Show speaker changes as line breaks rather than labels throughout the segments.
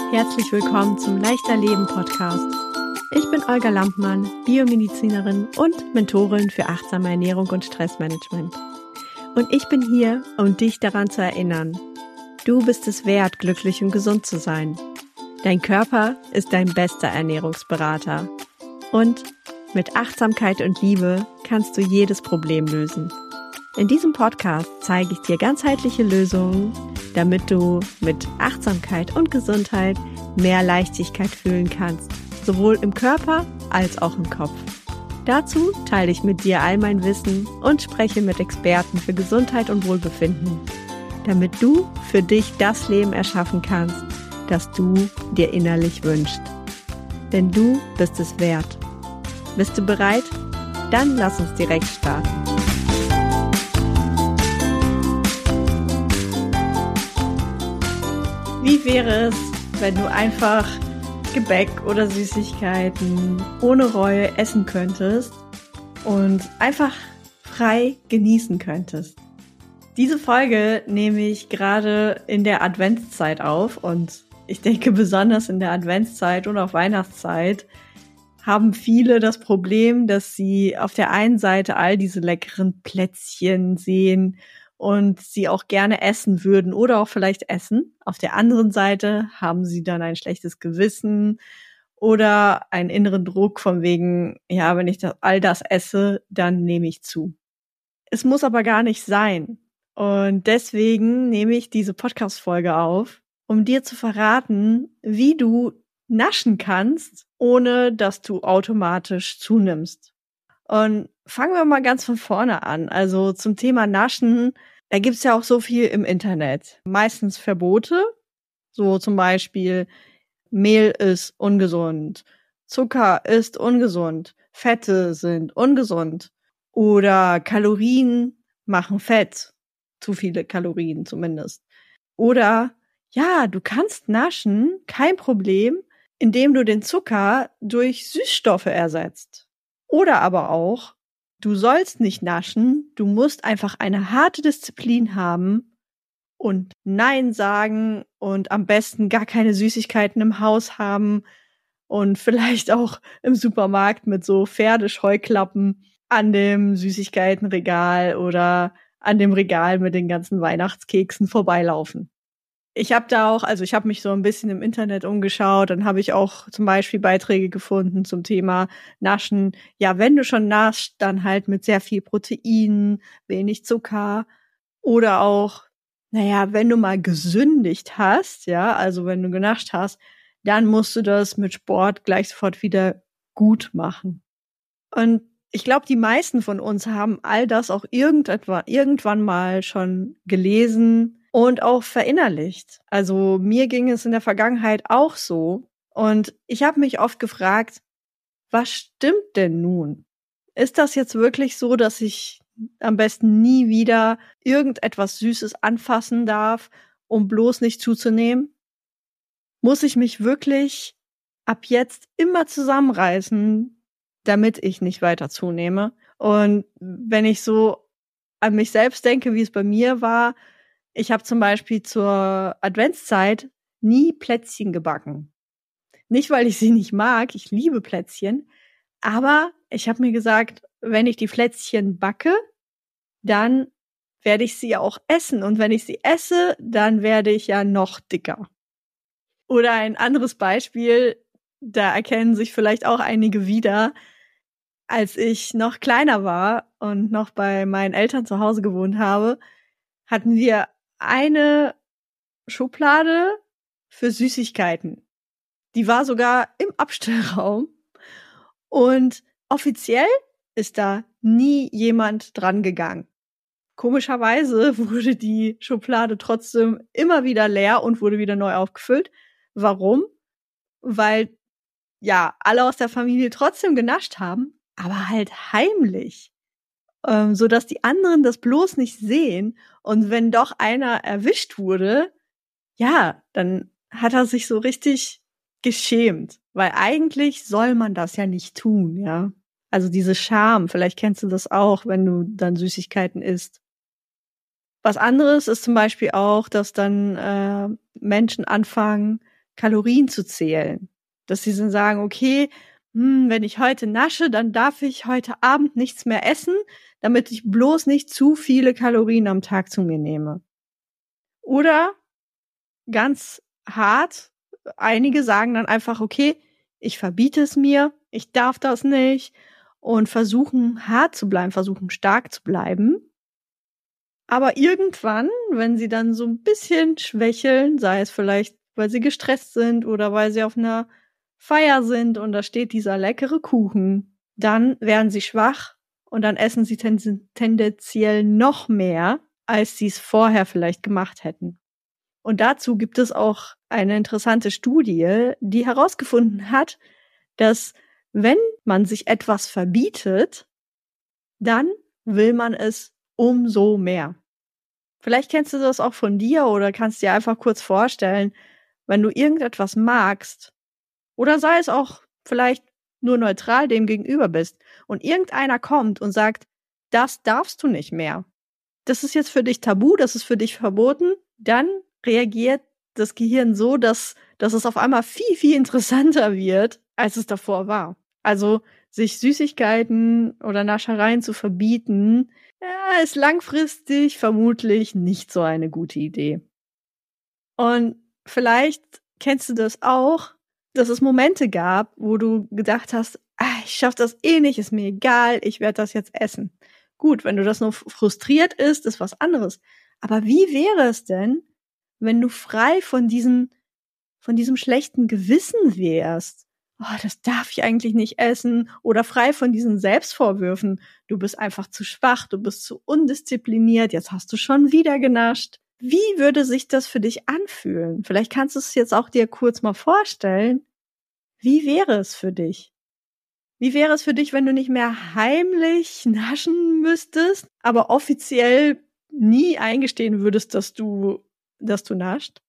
Herzlich willkommen zum Leichter Leben Podcast. Ich bin Olga Lampmann, Biomedizinerin und Mentorin für achtsame Ernährung und Stressmanagement. Und ich bin hier, um dich daran zu erinnern: Du bist es wert, glücklich und gesund zu sein. Dein Körper ist dein bester Ernährungsberater. Und mit Achtsamkeit und Liebe kannst du jedes Problem lösen. In diesem Podcast zeige ich dir ganzheitliche Lösungen, damit du mit Achtsamkeit und Gesundheit mehr Leichtigkeit fühlen kannst, sowohl im Körper als auch im Kopf. Dazu teile ich mit dir all mein Wissen und spreche mit Experten für Gesundheit und Wohlbefinden, damit du für dich das Leben erschaffen kannst, das du dir innerlich wünschst. Denn du bist es wert. Bist du bereit? Dann lass uns direkt starten. Wie wäre es, wenn du einfach Gebäck oder Süßigkeiten ohne Reue essen könntest und einfach frei genießen könntest? Diese Folge nehme ich gerade in der Adventszeit auf und ich denke, besonders in der Adventszeit und auch Weihnachtszeit haben viele das Problem, dass sie auf der einen Seite all diese leckeren Plätzchen sehen und sie auch gerne essen würden oder auch vielleicht essen. Auf der anderen Seite haben sie dann ein schlechtes Gewissen oder einen inneren Druck von wegen, ja, wenn ich all das esse, dann nehme ich zu. Es muss aber gar nicht sein. Und deswegen nehme ich diese Podcast-Folge auf, um dir zu verraten, wie du naschen kannst, ohne dass du automatisch zunimmst. Und fangen wir mal ganz von vorne an. Also zum Thema Naschen, da gibt's ja auch so viel im Internet. Meistens Verbote, so zum Beispiel Mehl ist ungesund, Zucker ist ungesund, Fette sind ungesund oder Kalorien machen Fett. Zu viele Kalorien zumindest. Oder ja, du kannst naschen, kein Problem, indem du den Zucker durch Süßstoffe ersetzt. Oder aber auch, du sollst nicht naschen, du musst einfach eine harte Disziplin haben und Nein sagen und am besten gar keine Süßigkeiten im Haus haben und vielleicht auch im Supermarkt mit so Pferdescheuklappen an dem Süßigkeitenregal oder an dem Regal mit den ganzen Weihnachtskeksen vorbeilaufen. Ich habe mich so ein bisschen im Internet umgeschaut, dann habe ich auch zum Beispiel Beiträge gefunden zum Thema Naschen. Ja, wenn du schon naschst, dann halt mit sehr viel Protein, wenig Zucker oder auch, wenn du mal gesündigt hast, ja, also wenn du genascht hast, dann musst du das mit Sport gleich sofort wieder gut machen. Und ich glaube, die meisten von uns haben all das auch irgendwann mal schon gelesen und auch verinnerlicht. Also mir ging es in der Vergangenheit auch so. Und ich habe mich oft gefragt, was stimmt denn nun? Ist das jetzt wirklich so, dass ich am besten nie wieder irgendetwas Süßes anfassen darf, um bloß nicht zuzunehmen? Muss ich mich wirklich ab jetzt immer zusammenreißen, damit ich nicht weiter zunehme? Und wenn ich so an mich selbst denke, wie es bei mir war, ich habe zum Beispiel zur Adventszeit nie Plätzchen gebacken. Nicht, weil ich sie nicht mag, ich liebe Plätzchen, aber ich habe mir gesagt, wenn ich die Plätzchen backe, dann werde ich sie auch essen. Und wenn ich sie esse, dann werde ich ja noch dicker. Oder ein anderes Beispiel, da erkennen sich vielleicht auch einige wieder. Als ich noch kleiner war und noch bei meinen Eltern zu Hause gewohnt habe, hatten wir eine Schublade für Süßigkeiten. Die war sogar im Abstellraum. Und offiziell ist da nie jemand dran gegangen. Komischerweise wurde die Schublade trotzdem immer wieder leer und wurde wieder neu aufgefüllt. Warum? Weil ja alle aus der Familie trotzdem genascht haben, aber halt heimlich, so dass die anderen das bloß nicht sehen. Und wenn doch einer erwischt wurde, ja, dann hat er sich so richtig geschämt, weil eigentlich soll man das ja nicht tun, ja. Also diese Scham, vielleicht kennst du das auch, wenn du dann Süßigkeiten isst. Was anderes ist zum Beispiel auch, dass dann Menschen anfangen, Kalorien zu zählen. Dass sie dann sagen, okay, wenn ich heute nasche, dann darf ich heute Abend nichts mehr essen, damit ich bloß nicht zu viele Kalorien am Tag zu mir nehme. Oder ganz hart, einige sagen dann einfach, okay, ich verbiete es mir, ich darf das nicht und versuchen hart zu bleiben, versuchen stark zu bleiben. Aber irgendwann, wenn sie dann so ein bisschen schwächeln, sei es vielleicht, weil sie gestresst sind oder weil sie auf einer Feier sind und da steht dieser leckere Kuchen, dann werden sie schwach und dann essen sie tendenziell noch mehr, als sie es vorher vielleicht gemacht hätten. Und dazu gibt es auch eine interessante Studie, die herausgefunden hat, dass wenn man sich etwas verbietet, dann will man es umso mehr. Vielleicht kennst du das auch von dir oder kannst dir einfach kurz vorstellen, wenn du irgendetwas magst oder sei es auch vielleicht nur neutral dem gegenüber bist und irgendeiner kommt und sagt, das darfst du nicht mehr. Das ist jetzt für dich tabu, das ist für dich verboten, dann reagiert das Gehirn so, dass es auf einmal viel, viel interessanter wird, als es davor war. Also sich Süßigkeiten oder Naschereien zu verbieten, ja, ist langfristig vermutlich nicht so eine gute Idee. Und vielleicht kennst du das auch, dass es Momente gab, wo du gedacht hast, ich schaff das eh nicht, ist mir egal, ich werde das jetzt essen. Gut, wenn du das nur frustriert ist was anderes. Aber wie wäre es denn, wenn du frei von diesem schlechten Gewissen wärst? Oh, das darf ich eigentlich nicht essen. Oder frei von diesen Selbstvorwürfen. Du bist einfach zu schwach, du bist zu undiszipliniert, jetzt hast du schon wieder genascht. Wie würde sich das für dich anfühlen? Vielleicht kannst du es jetzt auch dir kurz mal vorstellen. Wie wäre es für dich? Wie wäre es für dich, wenn du nicht mehr heimlich naschen müsstest, aber offiziell nie eingestehen würdest, dass du nascht?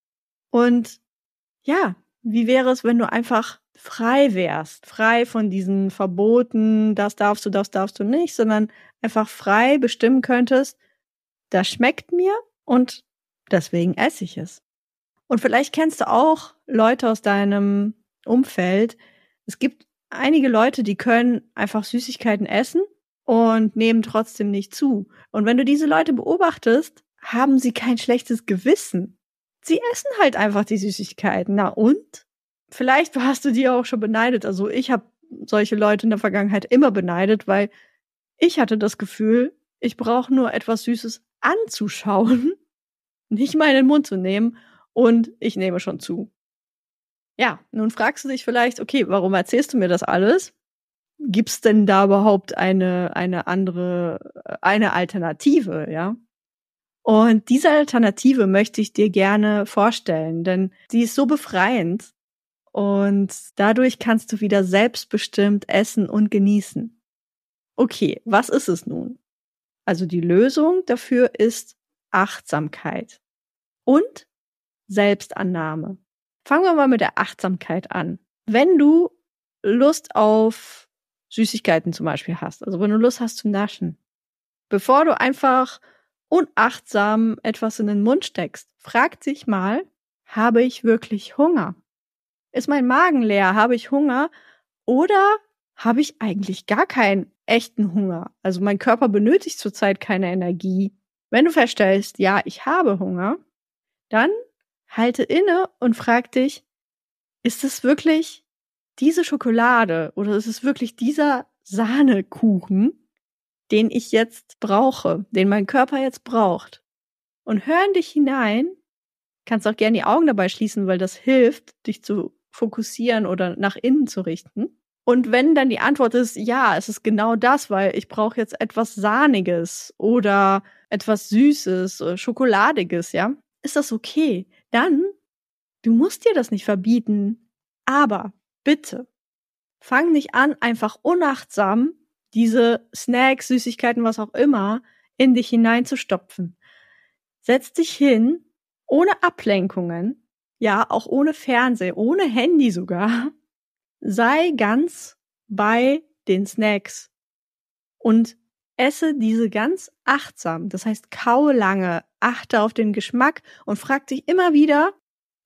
Und ja, wie wäre es, wenn du einfach frei wärst? Frei von diesen Verboten, das darfst du nicht, sondern einfach frei bestimmen könntest, das schmeckt mir und deswegen esse ich es. Und vielleicht kennst du auch Leute aus deinem Umfeld. Es gibt einige Leute, die können einfach Süßigkeiten essen und nehmen trotzdem nicht zu. Und wenn du diese Leute beobachtest, haben sie kein schlechtes Gewissen. Sie essen halt einfach die Süßigkeiten. Na und? Vielleicht hast du die auch schon beneidet. Also ich habe solche Leute in der Vergangenheit immer beneidet, weil ich hatte das Gefühl, ich brauche nur etwas Süßes anzuschauen, nicht mal in den Mund zu nehmen und ich nehme schon zu. Ja, nun fragst du dich vielleicht, okay, warum erzählst du mir das alles? Gibt's denn da überhaupt eine Alternative, ja? Und diese Alternative möchte ich dir gerne vorstellen, denn sie ist so befreiend und dadurch kannst du wieder selbstbestimmt essen und genießen. Okay, was ist es nun? Also die Lösung dafür ist Achtsamkeit und Selbstannahme. Fangen wir mal mit der Achtsamkeit an. Wenn du Lust auf Süßigkeiten zum Beispiel hast, also wenn du Lust hast zu naschen, bevor du einfach unachtsam etwas in den Mund steckst, frag dich mal, habe ich wirklich Hunger? Ist mein Magen leer? Habe ich Hunger? Oder habe ich eigentlich gar keinen echten Hunger? Also mein Körper benötigt zurzeit keine Energie. Wenn du feststellst, ja, ich habe Hunger, dann halte inne und frag dich, ist es wirklich diese Schokolade oder ist es wirklich dieser Sahnekuchen, den ich jetzt brauche, den mein Körper jetzt braucht? Und hör in dich hinein, kannst auch gerne die Augen dabei schließen, weil das hilft, dich zu fokussieren oder nach innen zu richten. Und wenn dann die Antwort ist, ja, es ist genau das, weil ich brauche jetzt etwas Sahniges oder etwas Süßes oder Schokoladiges, ja, ist das okay. Dann, du musst dir das nicht verbieten, aber bitte, fang nicht an, einfach unachtsam diese Snacks, Süßigkeiten, was auch immer, in dich hineinzustopfen. Setz dich hin, ohne Ablenkungen, ja, auch ohne Fernsehen, ohne Handy sogar. Sei ganz bei den Snacks und esse diese ganz achtsam. Das heißt, kaue lange, achte auf den Geschmack und frag dich immer wieder,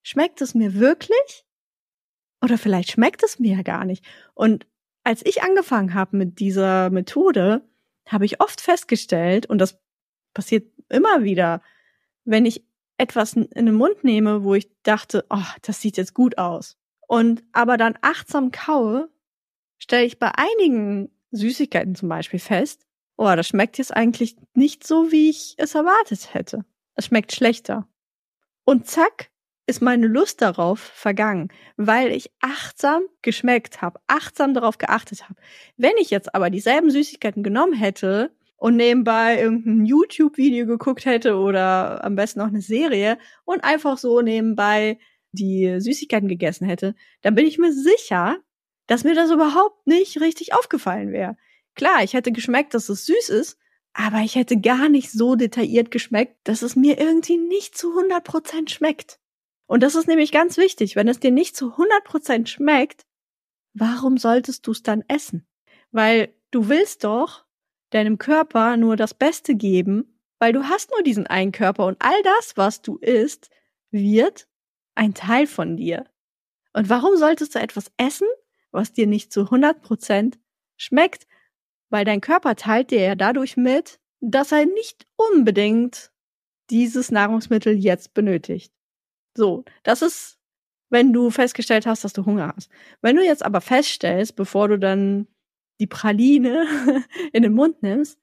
schmeckt es mir wirklich? Oder vielleicht schmeckt es mir ja gar nicht. Und als ich angefangen habe mit dieser Methode, habe ich oft festgestellt, und das passiert immer wieder, wenn ich etwas in den Mund nehme, wo ich dachte, oh, das sieht jetzt gut aus. Und aber dann achtsam kaue, stelle ich bei einigen Süßigkeiten zum Beispiel fest, oh, das schmeckt jetzt eigentlich nicht so, wie ich es erwartet hätte. Es schmeckt schlechter. Und zack, ist meine Lust darauf vergangen, weil ich achtsam geschmeckt habe, achtsam darauf geachtet habe. Wenn ich jetzt aber dieselben Süßigkeiten genommen hätte und nebenbei irgendein YouTube-Video geguckt hätte oder am besten noch eine Serie und einfach so nebenbei die Süßigkeiten gegessen hätte, dann bin ich mir sicher, dass mir das überhaupt nicht richtig aufgefallen wäre. Klar, ich hätte geschmeckt, dass es süß ist, aber ich hätte gar nicht so detailliert geschmeckt, dass es mir irgendwie nicht zu 100% schmeckt. Und das ist nämlich ganz wichtig. Wenn es dir nicht zu 100% schmeckt, warum solltest du es dann essen? Weil du willst doch deinem Körper nur das Beste geben, weil du hast nur diesen einen Körper und all das, was du isst, wird ein Teil von dir. Und warum solltest du etwas essen, was dir nicht zu 100% schmeckt? Weil dein Körper teilt dir ja dadurch mit, dass er nicht unbedingt dieses Nahrungsmittel jetzt benötigt. So, das ist, wenn du festgestellt hast, dass du Hunger hast. Wenn du jetzt aber feststellst, bevor du dann die Praline in den Mund nimmst,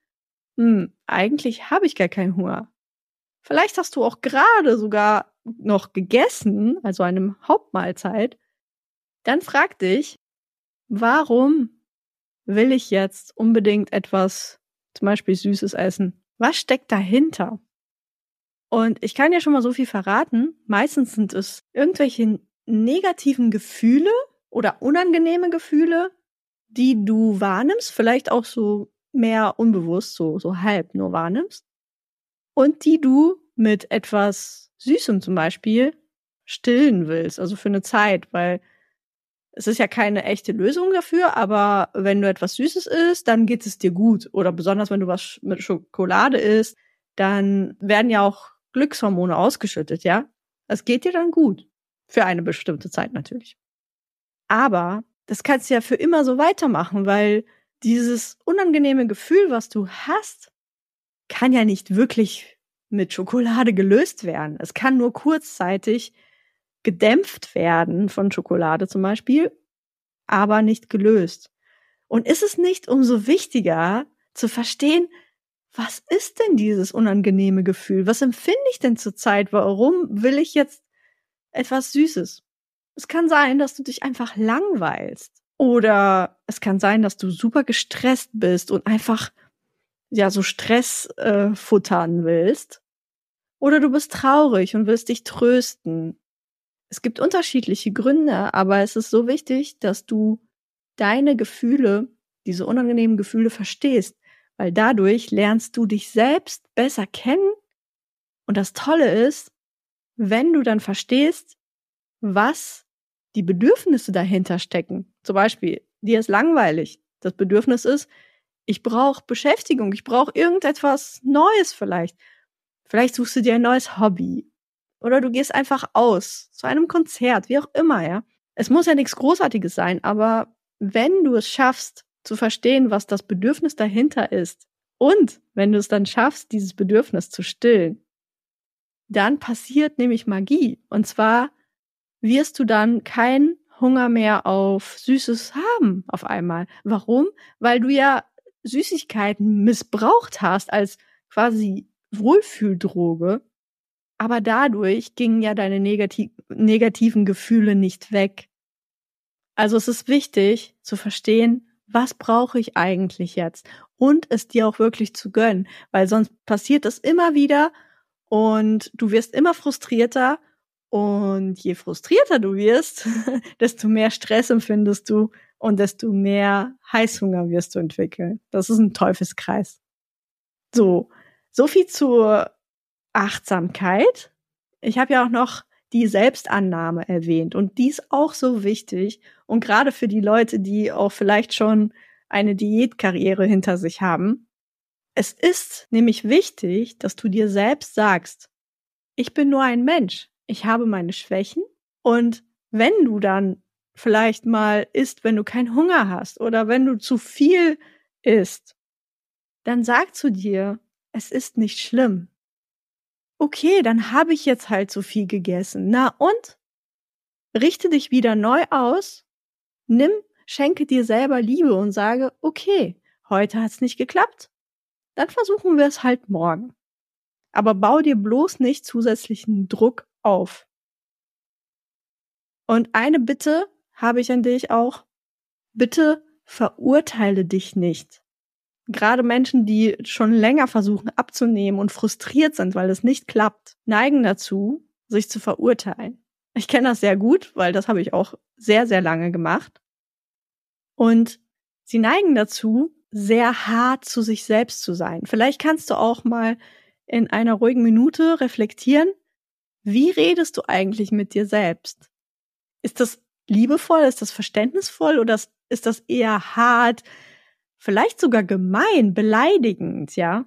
eigentlich habe ich gar keinen Hunger. Vielleicht hast du auch gerade sogar noch gegessen, also eine Hauptmahlzeit. Dann frag dich, warum will ich jetzt unbedingt etwas, zum Beispiel Süßes essen? Was steckt dahinter? Und ich kann ja schon mal so viel verraten. Meistens sind es irgendwelche negativen Gefühle oder unangenehme Gefühle, die du wahrnimmst, vielleicht auch so mehr unbewusst, so halb nur wahrnimmst. Und die du mit etwas Süßem zum Beispiel stillen willst, also für eine Zeit, weil es ist ja keine echte Lösung dafür, aber wenn du etwas Süßes isst, dann geht es dir gut. Oder besonders, wenn du was mit Schokolade isst, dann werden ja auch Glückshormone ausgeschüttet, ja? Es geht dir dann gut. Für eine bestimmte Zeit natürlich. Aber das kannst du ja für immer so weitermachen, weil dieses unangenehme Gefühl, was du hast, kann ja nicht wirklich mit Schokolade gelöst werden. Es kann nur kurzzeitig gedämpft werden von Schokolade zum Beispiel, aber nicht gelöst. Und ist es nicht umso wichtiger zu verstehen, was ist denn dieses unangenehme Gefühl? Was empfinde ich denn zurzeit? Warum will ich jetzt etwas Süßes? Es kann sein, dass du dich einfach langweilst. Oder es kann sein, dass du super gestresst bist und einfach ja so Stress futtern willst. Oder du bist traurig und willst dich trösten. Es gibt unterschiedliche Gründe, aber es ist so wichtig, dass du deine Gefühle, diese unangenehmen Gefühle verstehst, weil dadurch lernst du dich selbst besser kennen. Und das Tolle ist, wenn du dann verstehst, was die Bedürfnisse dahinter stecken. Zum Beispiel, dir ist langweilig. Das Bedürfnis ist, ich brauche Beschäftigung, ich brauche irgendetwas Neues vielleicht. Vielleicht suchst du dir ein neues Hobby. Oder du gehst einfach aus, zu einem Konzert, wie auch immer, ja. Es muss ja nichts Großartiges sein, aber wenn du es schaffst, zu verstehen, was das Bedürfnis dahinter ist, und wenn du es dann schaffst, dieses Bedürfnis zu stillen, dann passiert nämlich Magie. Und zwar wirst du dann keinen Hunger mehr auf Süßes haben auf einmal. Warum? Weil du ja Süßigkeiten missbraucht hast als quasi Wohlfühldroge. Aber dadurch gingen ja deine negativen Gefühle nicht weg. Also es ist wichtig zu verstehen, was brauche ich eigentlich jetzt? Und es dir auch wirklich zu gönnen. Weil sonst passiert es immer wieder und du wirst immer frustrierter. Und je frustrierter du wirst, desto mehr Stress empfindest du und desto mehr Heißhunger wirst du entwickeln. Das ist ein Teufelskreis. So viel zur Achtsamkeit. Ich habe ja auch noch die Selbstannahme erwähnt und die ist auch so wichtig und gerade für die Leute, die auch vielleicht schon eine Diätkarriere hinter sich haben. Es ist nämlich wichtig, dass du dir selbst sagst, ich bin nur ein Mensch. ich habe meine Schwächen und wenn du dann vielleicht mal isst, wenn du keinen Hunger hast oder wenn du zu viel isst, dann sag zu dir, es ist nicht schlimm. Okay, dann habe ich jetzt halt zu viel gegessen. Na und? Richte dich wieder neu aus, schenke dir selber Liebe und sage, okay, heute hat's nicht geklappt, dann versuchen wir es halt morgen. Aber bau dir bloß nicht zusätzlichen Druck auf. Und eine Bitte habe ich an dich auch. Bitte verurteile dich nicht. Gerade Menschen, die schon länger versuchen abzunehmen und frustriert sind, weil es nicht klappt, neigen dazu, sich zu verurteilen. Ich kenne das sehr gut, weil das habe ich auch sehr, sehr lange gemacht. Und sie neigen dazu, sehr hart zu sich selbst zu sein. Vielleicht kannst du auch mal in einer ruhigen Minute reflektieren, wie redest du eigentlich mit dir selbst? Ist das liebevoll, ist das verständnisvoll oder ist das eher hart, vielleicht sogar gemein, beleidigend, ja?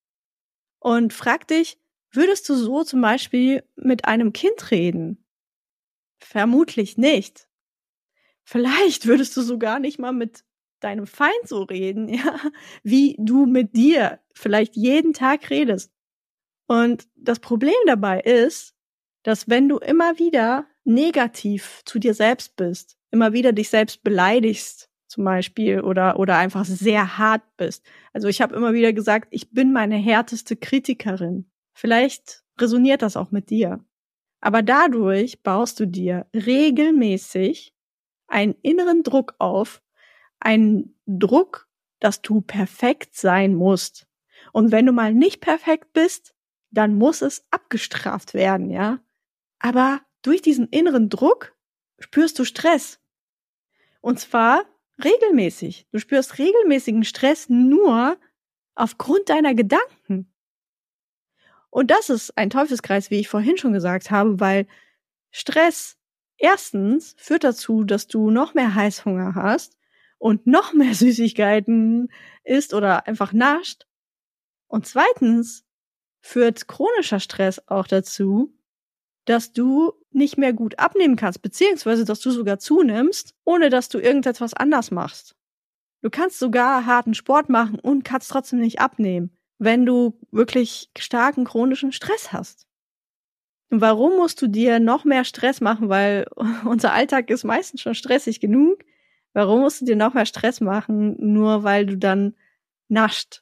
Und frag dich, würdest du so zum Beispiel mit einem Kind reden? Vermutlich nicht. Vielleicht würdest du sogar nicht mal mit deinem Feind so reden, ja, wie du mit dir vielleicht jeden Tag redest. Und das Problem dabei ist, dass wenn du immer wieder negativ zu dir selbst bist, immer wieder dich selbst beleidigst, zum Beispiel, oder einfach sehr hart bist. Also ich habe immer wieder gesagt, ich bin meine härteste Kritikerin. Vielleicht resoniert das auch mit dir. Aber dadurch baust du dir regelmäßig einen inneren Druck auf, einen Druck, dass du perfekt sein musst. Und wenn du mal nicht perfekt bist, dann muss es abgestraft werden, ja? Aber durch diesen inneren Druck spürst du Stress. Und zwar regelmäßig. Du spürst regelmäßigen Stress nur aufgrund deiner Gedanken. Und das ist ein Teufelskreis, wie ich vorhin schon gesagt habe, weil Stress erstens führt dazu, dass du noch mehr Heißhunger hast und noch mehr Süßigkeiten isst oder einfach nascht. Und zweitens führt chronischer Stress auch dazu, dass du nicht mehr gut abnehmen kannst, beziehungsweise dass du sogar zunimmst, ohne dass du irgendetwas anders machst. Du kannst sogar harten Sport machen und kannst trotzdem nicht abnehmen, wenn du wirklich starken chronischen Stress hast. Und warum musst du dir noch mehr Stress machen, weil unser Alltag ist meistens schon stressig genug? Warum musst du dir noch mehr Stress machen, nur weil du dann nascht?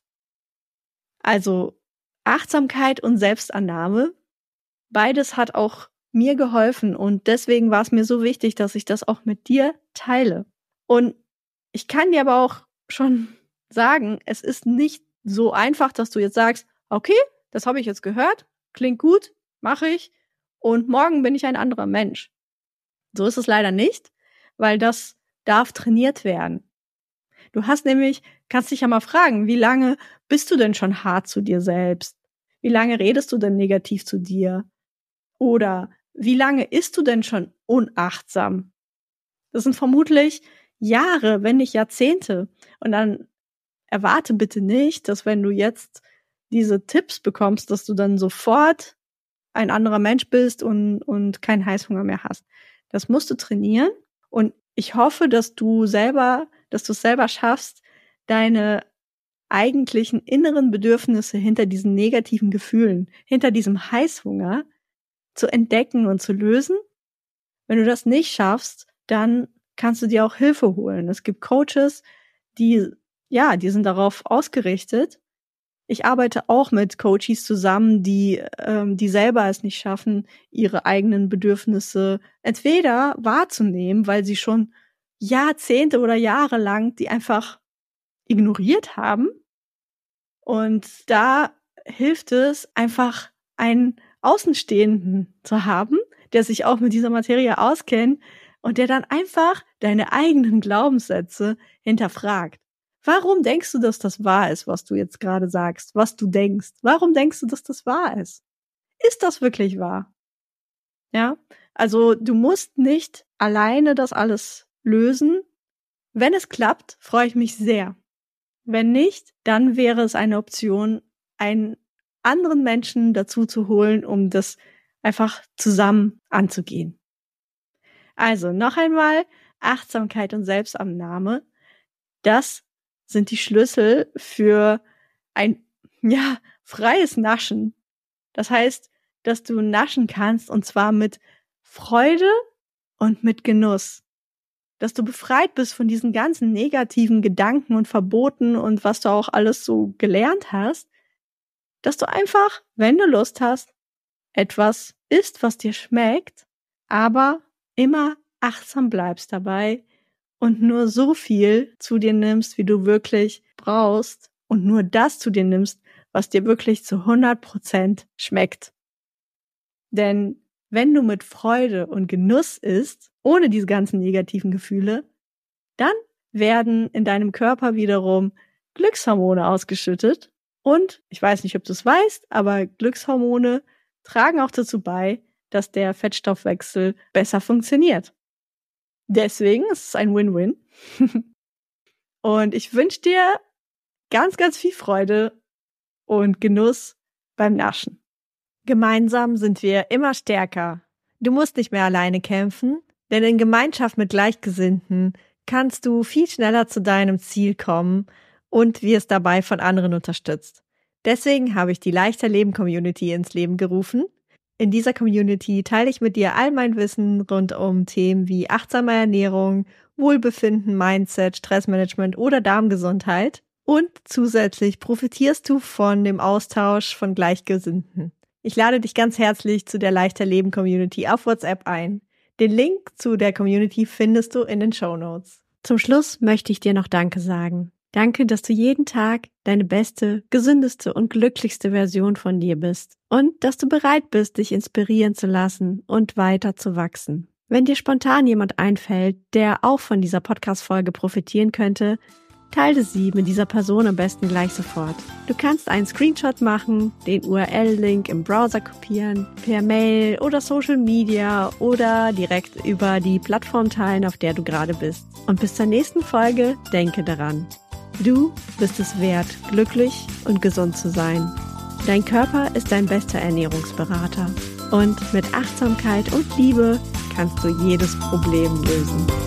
Also Achtsamkeit und Selbstannahme, beides hat auch mir geholfen und deswegen war es mir so wichtig, dass ich das auch mit dir teile. Und ich kann dir aber auch schon sagen, es ist nicht so einfach, dass du jetzt sagst, okay, das habe ich jetzt gehört, klingt gut, mache ich und morgen bin ich ein anderer Mensch. So ist es leider nicht, weil das darf trainiert werden. Du kannst dich ja mal fragen, wie lange bist du denn schon hart zu dir selbst? Wie lange redest du denn negativ zu dir? Oder wie lange isst du denn schon unachtsam? Das sind vermutlich Jahre, wenn nicht Jahrzehnte. Und dann erwarte bitte nicht, dass wenn du jetzt diese Tipps bekommst, dass du dann sofort ein anderer Mensch bist und keinen Heißhunger mehr hast. Das musst du trainieren. Und ich hoffe, dass du es selber schaffst, deine eigentlichen inneren Bedürfnisse hinter diesen negativen Gefühlen, hinter diesem Heißhunger zu entdecken und zu lösen. Wenn du das nicht schaffst, dann kannst du dir auch Hilfe holen. Es gibt Coaches, die sind darauf ausgerichtet. Ich arbeite auch mit Coaches zusammen, die selber es nicht schaffen, ihre eigenen Bedürfnisse entweder wahrzunehmen, weil sie schon Jahrzehnte oder Jahre lang die einfach ignoriert haben. Und da hilft es einfach, einen Außenstehenden zu haben, der sich auch mit dieser Materie auskennt und der dann einfach deine eigenen Glaubenssätze hinterfragt. Warum denkst du, dass das wahr ist, was du jetzt gerade sagst, was du denkst? Warum denkst du, dass das wahr ist? Ist das wirklich wahr? Ja, also du musst nicht alleine das alles lösen. Wenn es klappt, freue ich mich sehr. Wenn nicht, dann wäre es eine Option, einen anderen Menschen dazu zu holen, um das einfach zusammen anzugehen. Also noch einmal, Achtsamkeit und Selbstannahme, das sind die Schlüssel für ein freies Naschen. Das heißt, dass du naschen kannst und zwar mit Freude und mit Genuss. Dass du befreit bist von diesen ganzen negativen Gedanken und Verboten und was du auch alles so gelernt hast. Dass du einfach, wenn du Lust hast, etwas isst, was dir schmeckt, aber immer achtsam bleibst dabei und nur so viel zu dir nimmst, wie du wirklich brauchst und nur das zu dir nimmst, was dir wirklich zu 100% schmeckt. Denn wenn du mit Freude und Genuss isst, ohne diese ganzen negativen Gefühle, dann werden in deinem Körper wiederum Glückshormone ausgeschüttet. Und ich weiß nicht, ob du es weißt, aber Glückshormone tragen auch dazu bei, dass der Fettstoffwechsel besser funktioniert. Deswegen ist es ein Win-Win. Und ich wünsche dir ganz, ganz viel Freude und Genuss beim Naschen. Gemeinsam sind wir immer stärker. Du musst nicht mehr alleine kämpfen, denn in Gemeinschaft mit Gleichgesinnten kannst du viel schneller zu deinem Ziel kommen und wirst dabei von anderen unterstützt. Deswegen habe ich die Leichter Leben Community ins Leben gerufen. In dieser Community teile ich mit dir all mein Wissen rund um Themen wie achtsame Ernährung, Wohlbefinden, Mindset, Stressmanagement oder Darmgesundheit. Und zusätzlich profitierst du von dem Austausch von Gleichgesinnten. Ich lade dich ganz herzlich zu der Leichter Leben Community auf WhatsApp ein. Den Link zu der Community findest du in den Shownotes. Zum Schluss möchte ich dir noch Danke sagen. Danke, dass du jeden Tag deine beste, gesündeste und glücklichste Version von dir bist und dass du bereit bist, dich inspirieren zu lassen und weiter zu wachsen. Wenn dir spontan jemand einfällt, der auch von dieser Podcast-Folge profitieren könnte, teile sie mit dieser Person am besten gleich sofort. Du kannst einen Screenshot machen, den URL-Link im Browser kopieren, per Mail oder Social Media oder direkt über die Plattform teilen, auf der du gerade bist. Und bis zur nächsten Folge denke daran: Du bist es wert, glücklich und gesund zu sein. Dein Körper ist dein bester Ernährungsberater. Und mit Achtsamkeit und Liebe kannst du jedes Problem lösen.